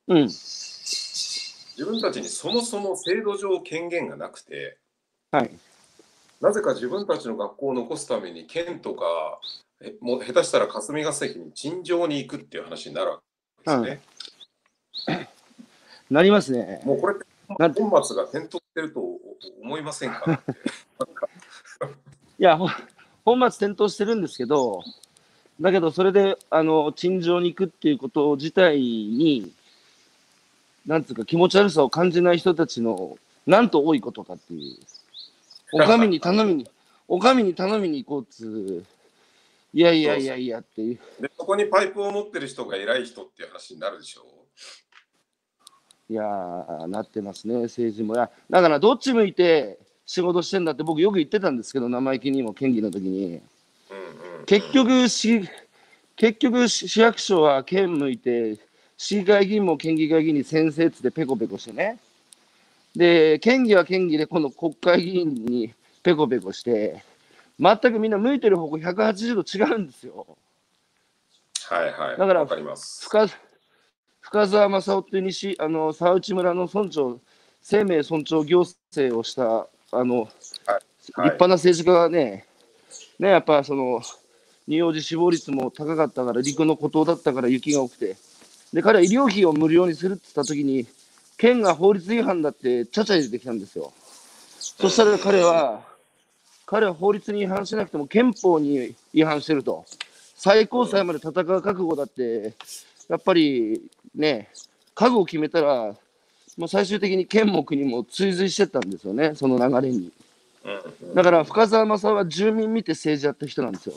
自分たちにそもそも制度上権限がなくて、なぜか自分たちの学校を残すために県とかもう下手したら霞が関に陳情に行くっていう話になるわけですね。 なりますね。 もうこれって本末が転倒してると思いませんか？ いや、本末転倒してるんですけど、だけどそれで陳情に行くっていうこと自体に、なんつうか気持ち悪さを感じない人たちのなんと多いことかっていう。お上に頼みに行こうっつう、いやいやいやいやっていう。 で、そこにパイプを持ってる人が偉い人っていう話になるでしょう。 いやー、なってますね、政治も。だからどっち向いて仕事してんだって僕よく言ってたんですけど、生意気にも県議の時に。結局市役所は県向いて、市議会議員も県議会議員に先生っつってペコペコしてね。で、県議は県議で、この国会議員にペコペコして、全くみんな向いてる方向180度違うんですよ。 はいはい。 だから、 わかります。 深澤正夫っていう沢内村の村長、生命尊重行政をした、立派な政治家がね、やっぱ乳幼児死亡率も高かったから、陸の孤島だったから雪が多くて、で、彼は医療費を無料にするって言ったときに、県が法律違反だってちゃちゃ入れてきたんですよ。そしたら彼は法律に違反しなくても憲法に違反してると。最高裁まで戦う覚悟だって、やっぱりね、覚悟を決めたら、もう最終的に県も国も追随してったんですよね、その流れに。だから深澤正夫は住民見て政治やった人なんですよ。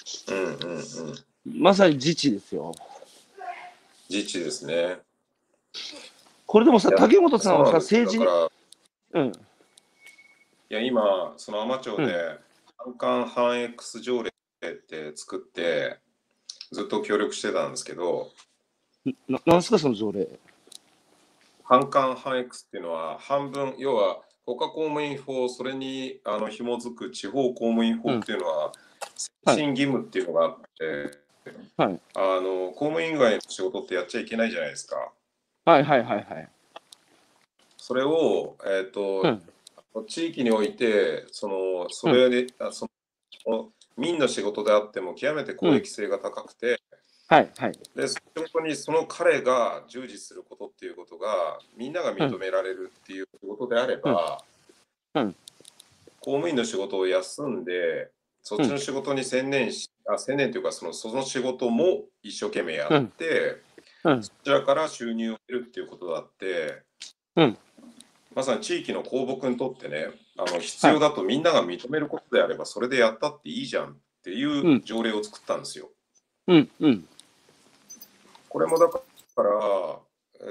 まさに自治ですよ。 自治ですね。 これでもさ、竹本さんはさ、政治に。 いや、今、その海士町で、半官半 X 条例って作って、ずっと協力してたんですけど、 なんすか、その条例。 半官半 X っていうのは、半分、要は、国家公務員法、それに紐づく地方公務員法っていうのは、推進義務っていうのがあって、公務員以外の仕事ってやっちゃいけないじゃないですか。それを、地域において、それで、民の仕事であっても極めて公益性が高くて、で、仕事にその彼が従事することっていうことが、みんなが認められるっていう仕事であれば、公務員の仕事を休んで、そっちの仕事に専念というかその仕事も一生懸命やって、そちらから収入を得るっていうことだって、まさに地域の公僕にとってね、必要だとみんなが認めることであれば、それでやったっていいじゃんっていう条例を作ったんですよ。これもだから、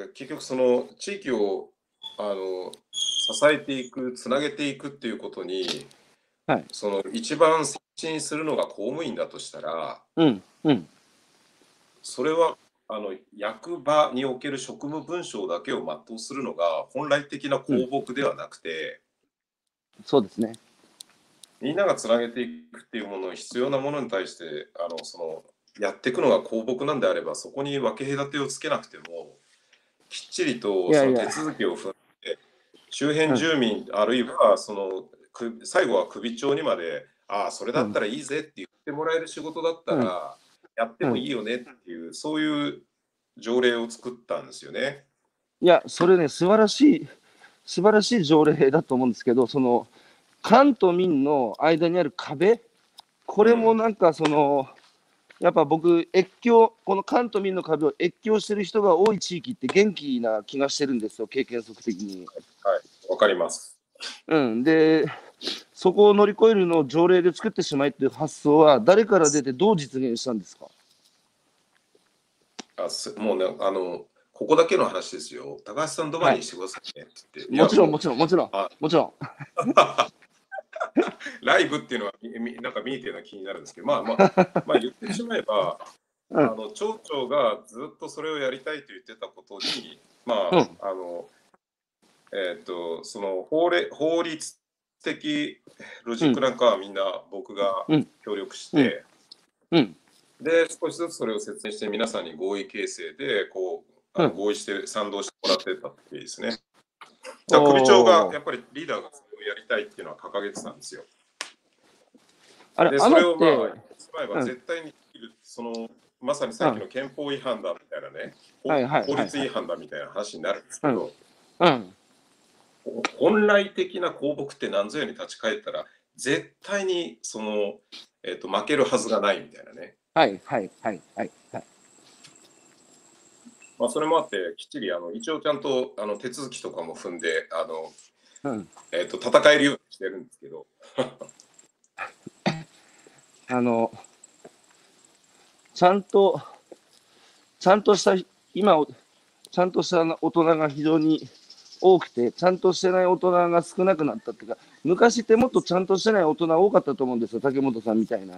結局その地域を支えていく、つなげていくっていうことに、その一番先進するのが公務員だとしたら、それは役場における職務文章だけを全うするのが本来的な公僕ではなくて、 そうですね。 みんながつなげていくっていうもの、必要なものに対して、やっていくのが公僕なんであれば、そこに分け隔てをつけなくても、きっちりとその手続きを踏んで、周辺住民、あるいは最後は首長にまで、ああ、それだったらいいぜって言ってもらえる仕事だったら、やってもいいよねっていう、そういう条例を作ったんですよね。 いや、それね、素晴らしい条例だと思うんですけど、官と民の間にある壁、これもなんかやっぱ僕、この官と民の壁を越境してる人が多い地域って元気な気がしてるんですよ、経験則的に。 はい、わかります。 で、そこを乗り越えるのを条例で作ってしまえっていう発想は、誰から出てどう実現したんですか？ もうね、ここだけの話ですよ。高橋さん、ドバイにしてくださいねって言って。 もちろん。 ライブっていうのはなんか見えてるのは気になるんですけど、まあ言ってしまえば、町長がずっとそれをやりたいと言ってたことに、その法律的ロジックなんかはみんな僕が協力して、で、少しずつそれを説明して皆さんに合意形成で合意して賛同してもらってたっていうですね。だから首長がやっぱりリーダーがそれをやりたいっていうのは掲げてたんですよ。で、それを言ってしまえば絶対にできる、まさにさっきの憲法違反だみたいなね、法律違反だみたいな話になるんですけど、本来的な公僕って何ぞやに立ち返ったら、絶対に負けるはずがないみたいなね。それもあって、きっちり一応ちゃんと手続きとかも踏んで戦えるようにしてるんですけど。 ちゃんとした大人が非常に多くて、ちゃんとしてない大人が少なくなったっていうか、昔ってもっとちゃんとしてない大人多かったと思うんですよ、竹本さんみたいな。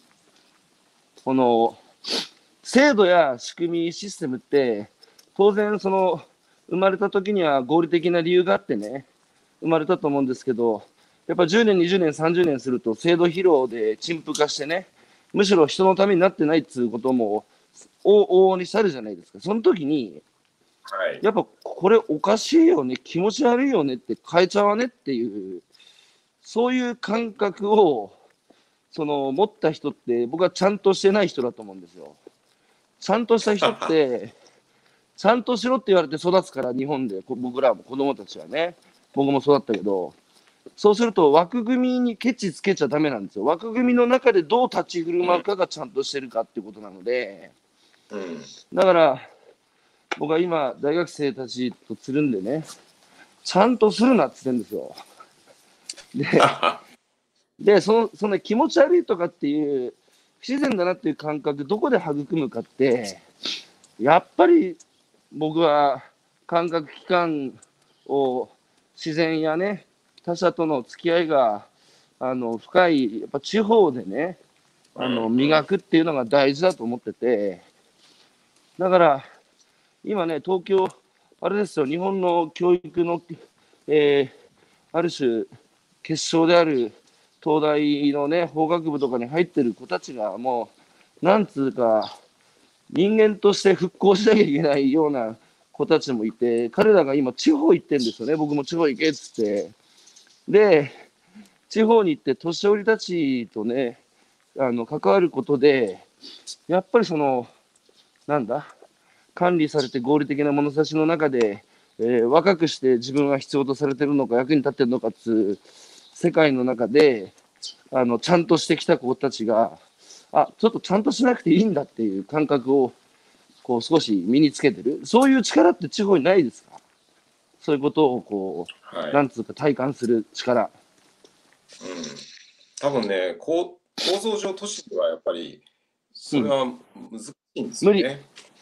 制度や仕組み、システムって、当然生まれた時には合理的な理由があってね、生まれたと思うんですけど、やっぱ10年、20年、30年すると制度疲労で陳腐化してね、むしろ人のためになってないっていうことも往々にしてあるじゃないですか。その時に、やっぱこれおかしいよね、気持ち悪いよねって変えちゃわねっていう、そういう感覚を持った人って僕はちゃんとしてない人だと思うんですよ。ちゃんとした人ってちゃんとしろって言われて育つから、日本で僕らも子供たちはね、僕も育ったけど、そうすると枠組みにケチつけちゃダメなんですよ。枠組みの中でどう立ち振る舞うかがちゃんとしてるかっていうことなので、だから僕は今大学生たちとつるんでね、ちゃんとするなって言ってるんですよ。でその気持ち悪いとかっていう不自然だなっていう感覚どこで育むかって、やっぱり僕は感覚器官を自然やね、他者との付き合いが深いやっぱ地方でね、磨くっていうのが大事だと思ってて、だから今ね、東京あれですよ、日本の教育の、ある種結晶である東大のね、法学部とかに入ってる子たちがもうなんつうか人間として復興しなきゃいけないような子たちもいて、彼らが今地方行ってるんですよね。僕も地方行けっつって。で、地方に行って年寄りたちとね、関わることで、やっぱりなんだ、管理されて合理的な物差しの中で、若くして自分は必要とされてるのか、役に立ってるのかっつう世界の中で、ちゃんとしてきた子たちが、ちょっとちゃんとしなくていいんだっていう感覚を、少し身につけてる。そういう力って地方にないですか？そういうことをなんつうか体感する力。 多分ね、構造上都市ではやっぱり、それは難しいんですよね。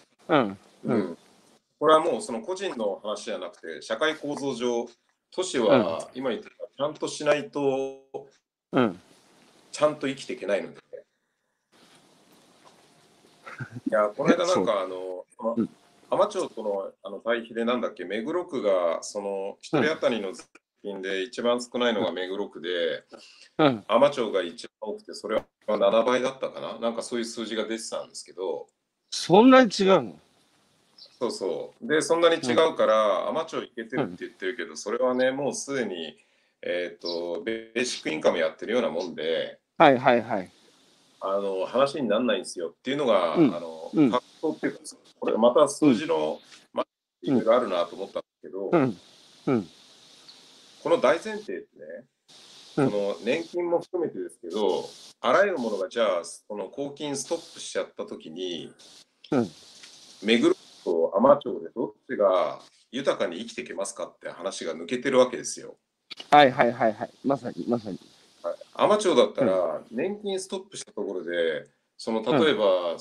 これはもうその個人の話じゃなくて、社会構造上、都市は今言ったちゃんとしないと、ちゃんと生きていけないので。 や、この間なんそう。 かうん。 浜町との対比でなんだっけ、目黒区がその一うん。 人当たりの税金で一番少ないのうん。 が目黒区で、 うん。 浜町が一番多くて、それは7倍だったかな。なんかそういう数字が出てたんですけど、 そんなに違うの？ そうそう。で、そんなに違うん。 うから、浜町行けてるってうん。 言ってるけど、それはね、もうすでに、ベーシックインカムやってるようなもんで、 はいはいはい。 話にならないんですよっていうのが、 うん。うん。 ファクトっていうか、これまたうん。 数字の、まあ、いうん。 ろいろあるなと思ったんですけど、 うん。うん。 この大前提ってね、 うん。 その年金も含めてですけど、あらゆるものがじゃあ、この公金ストップしちゃったときに、 うん。 目黒区と海士町でどっちが豊かに生きていけますかって話が抜けてるわけですよ。 はいはいはいはい。まさにまさに。 はい、海士町だったうん。 ら年金ストップしたところで、 うん。 例えば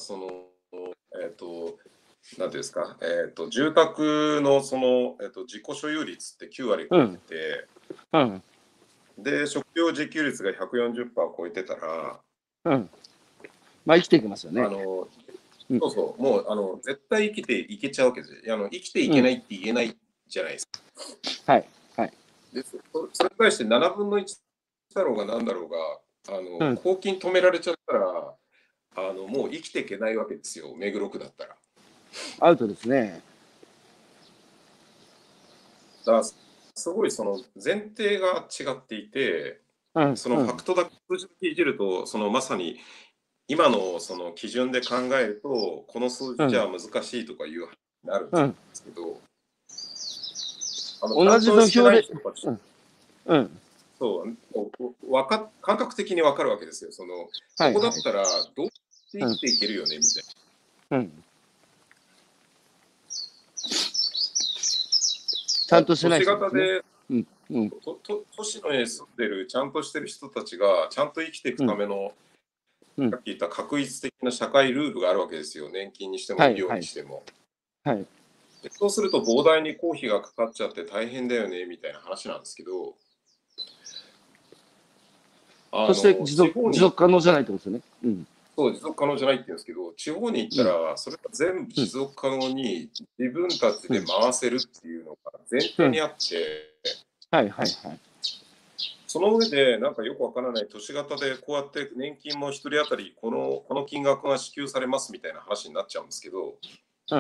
なんていうんですか、住宅の自己所有率って9割超えてうん。 て、 うん。 で、食料自給率が140%超えてたら、 うん。まあ生きていきますよね。 あの、 うん。 そうそう、もう絶対生きていけちゃうわけですよ。生きていうん。 けないって言えないじゃないですか。 はい。はい。 で、それに対して7分の1だろうが何だろうが、 うん。 公金止められちゃったら、もう生きていけないわけですよ、目黒区だったら。 アウトですね。 だからすごいその前提が違っていて、 うん。 そのうん。 ファクトだけ数字だけいじると、まさに今のその基準で考えると、この数うん。 字じゃ難しいとかいう話になるんでうん。 すけど、ちゃ同じんとしてない土俵で、 人たち、 うん。うん。 そう、感覚的に分かるわけですよ。ここだはいはい。 ったらどうしてうん。 生きていけるよねみたいうん。ちゃな。 んとしてない都市人ですね。 型でうん。うん。 都市の上に住んでるちゃんとしてる人たちがちゃんと生きていくうん。 ためのうん。 さっき言った確一的な社会ルールがあるわけですよ。年金にしても医療はいはい。 にしても。 はい。 でそうすると膨大に公費がかかっちゃって大変だよねみたいな話なんですけど、 そして持地方に続可能じゃないってことですよね。うん。 そう持続可能じゃないって言うんですけど、地方に行ったうん。 らそれが全部うん。 持続可能に自分たちうん。 で回せるっていうのが前うん。 提にあって、 はいはいはい。 その上でなんかよくわからない都市型でこうやって年金も1人当たりこの金額が支給されますみたいな話になっちゃうんですけど、 うん。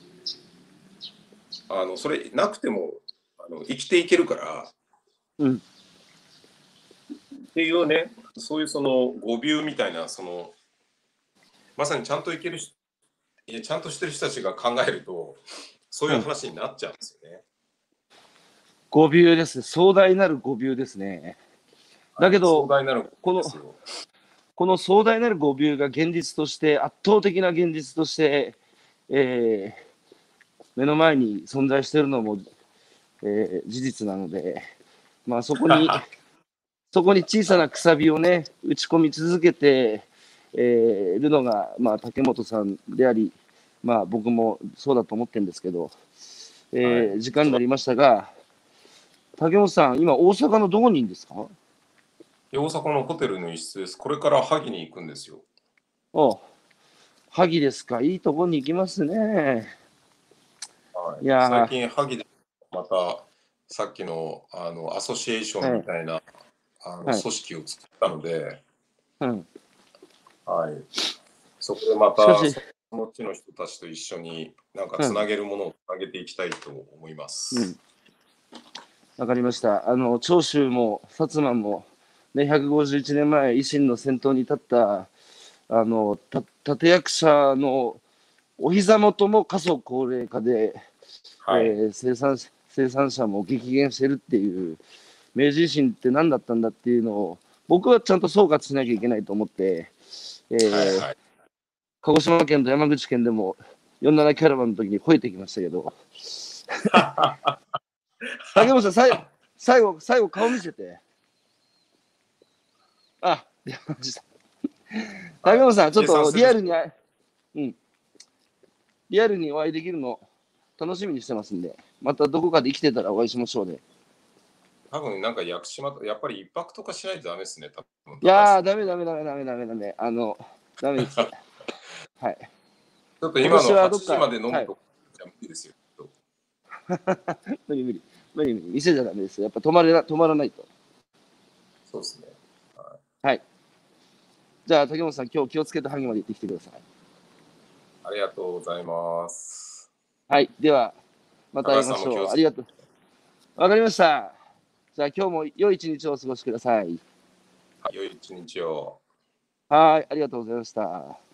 それなくても生きていけるからうん。 っていうね、そういうその誤謬みたいな、まさにちゃんといけるし、ちゃんとしてる人たちが考えると、そういううん。 話になっちゃうんですよね。 誤謬です。壮大なる誤謬ですね。だはい、壮けど、 大なることこの、 ですよ。 この壮大なる誤謬が現実として、圧倒的な現実として、え目の前に存在しているのも、事実なので、まあそこに小さなくさびをね、打ち込み続けて、いるのが、まあ、竹本さんであり、まあ、僕もそうだと思ってるんですけど、 はい。 時間になりましたが、竹本さん、今、大阪のどこにいるんですか？ 大阪のホテルの一室です。これから萩に行くんですよ。 お、萩ですか。いいとこに行きますね。 はい、 いや最近、萩でまたさっきの、アソシエーションはい、 みたいな組はい、 織を作ったので、 うん。 はい、そこでましかし、 たその地の人たちと一緒になんかうん、 つなげるものをつなげていきたいと思いまうん、 す。 わかりました。長州も薩摩も、ね、151年前、維新の先頭に立った、立役者のお膝元も過疎高齢化で、 はい。 生産者も激減してるっていう、明治維新って何だったんだっていうのを、僕はちゃんと総括しなきゃいけないと思って、 はい。 鹿児島県と山口県でも47キャラバンの時に吠えてきましたけど、竹本さん、最後顔見せて。あ、出ました。竹はい。 本さん、ちょっ計算とする人、 うん、リアルにお会いできるの楽しみにしてますんで、またどこかで生きてたらお会いしましょうね。 多分なんか屋久島と、やっぱり一泊とかしないとダメですね、多分いやー、 高橋さん。 ダメ。ダメです。ダメです。はい。 ちょっと今の8時まで飲むと、じゃ無理ですよ。 無理。店じゃダメですよ。やっぱ止まらないと。 そうですね。 はい。じゃあ、竹本さん、今日気をつけて萩まで行ってきてください。 ありがとうございます。 はい。では、また会いましょう。ありがとう。わかりました。じゃあ、今日も良い一日をお過ごしください。 良い一日を。 はい。ありがとうございました。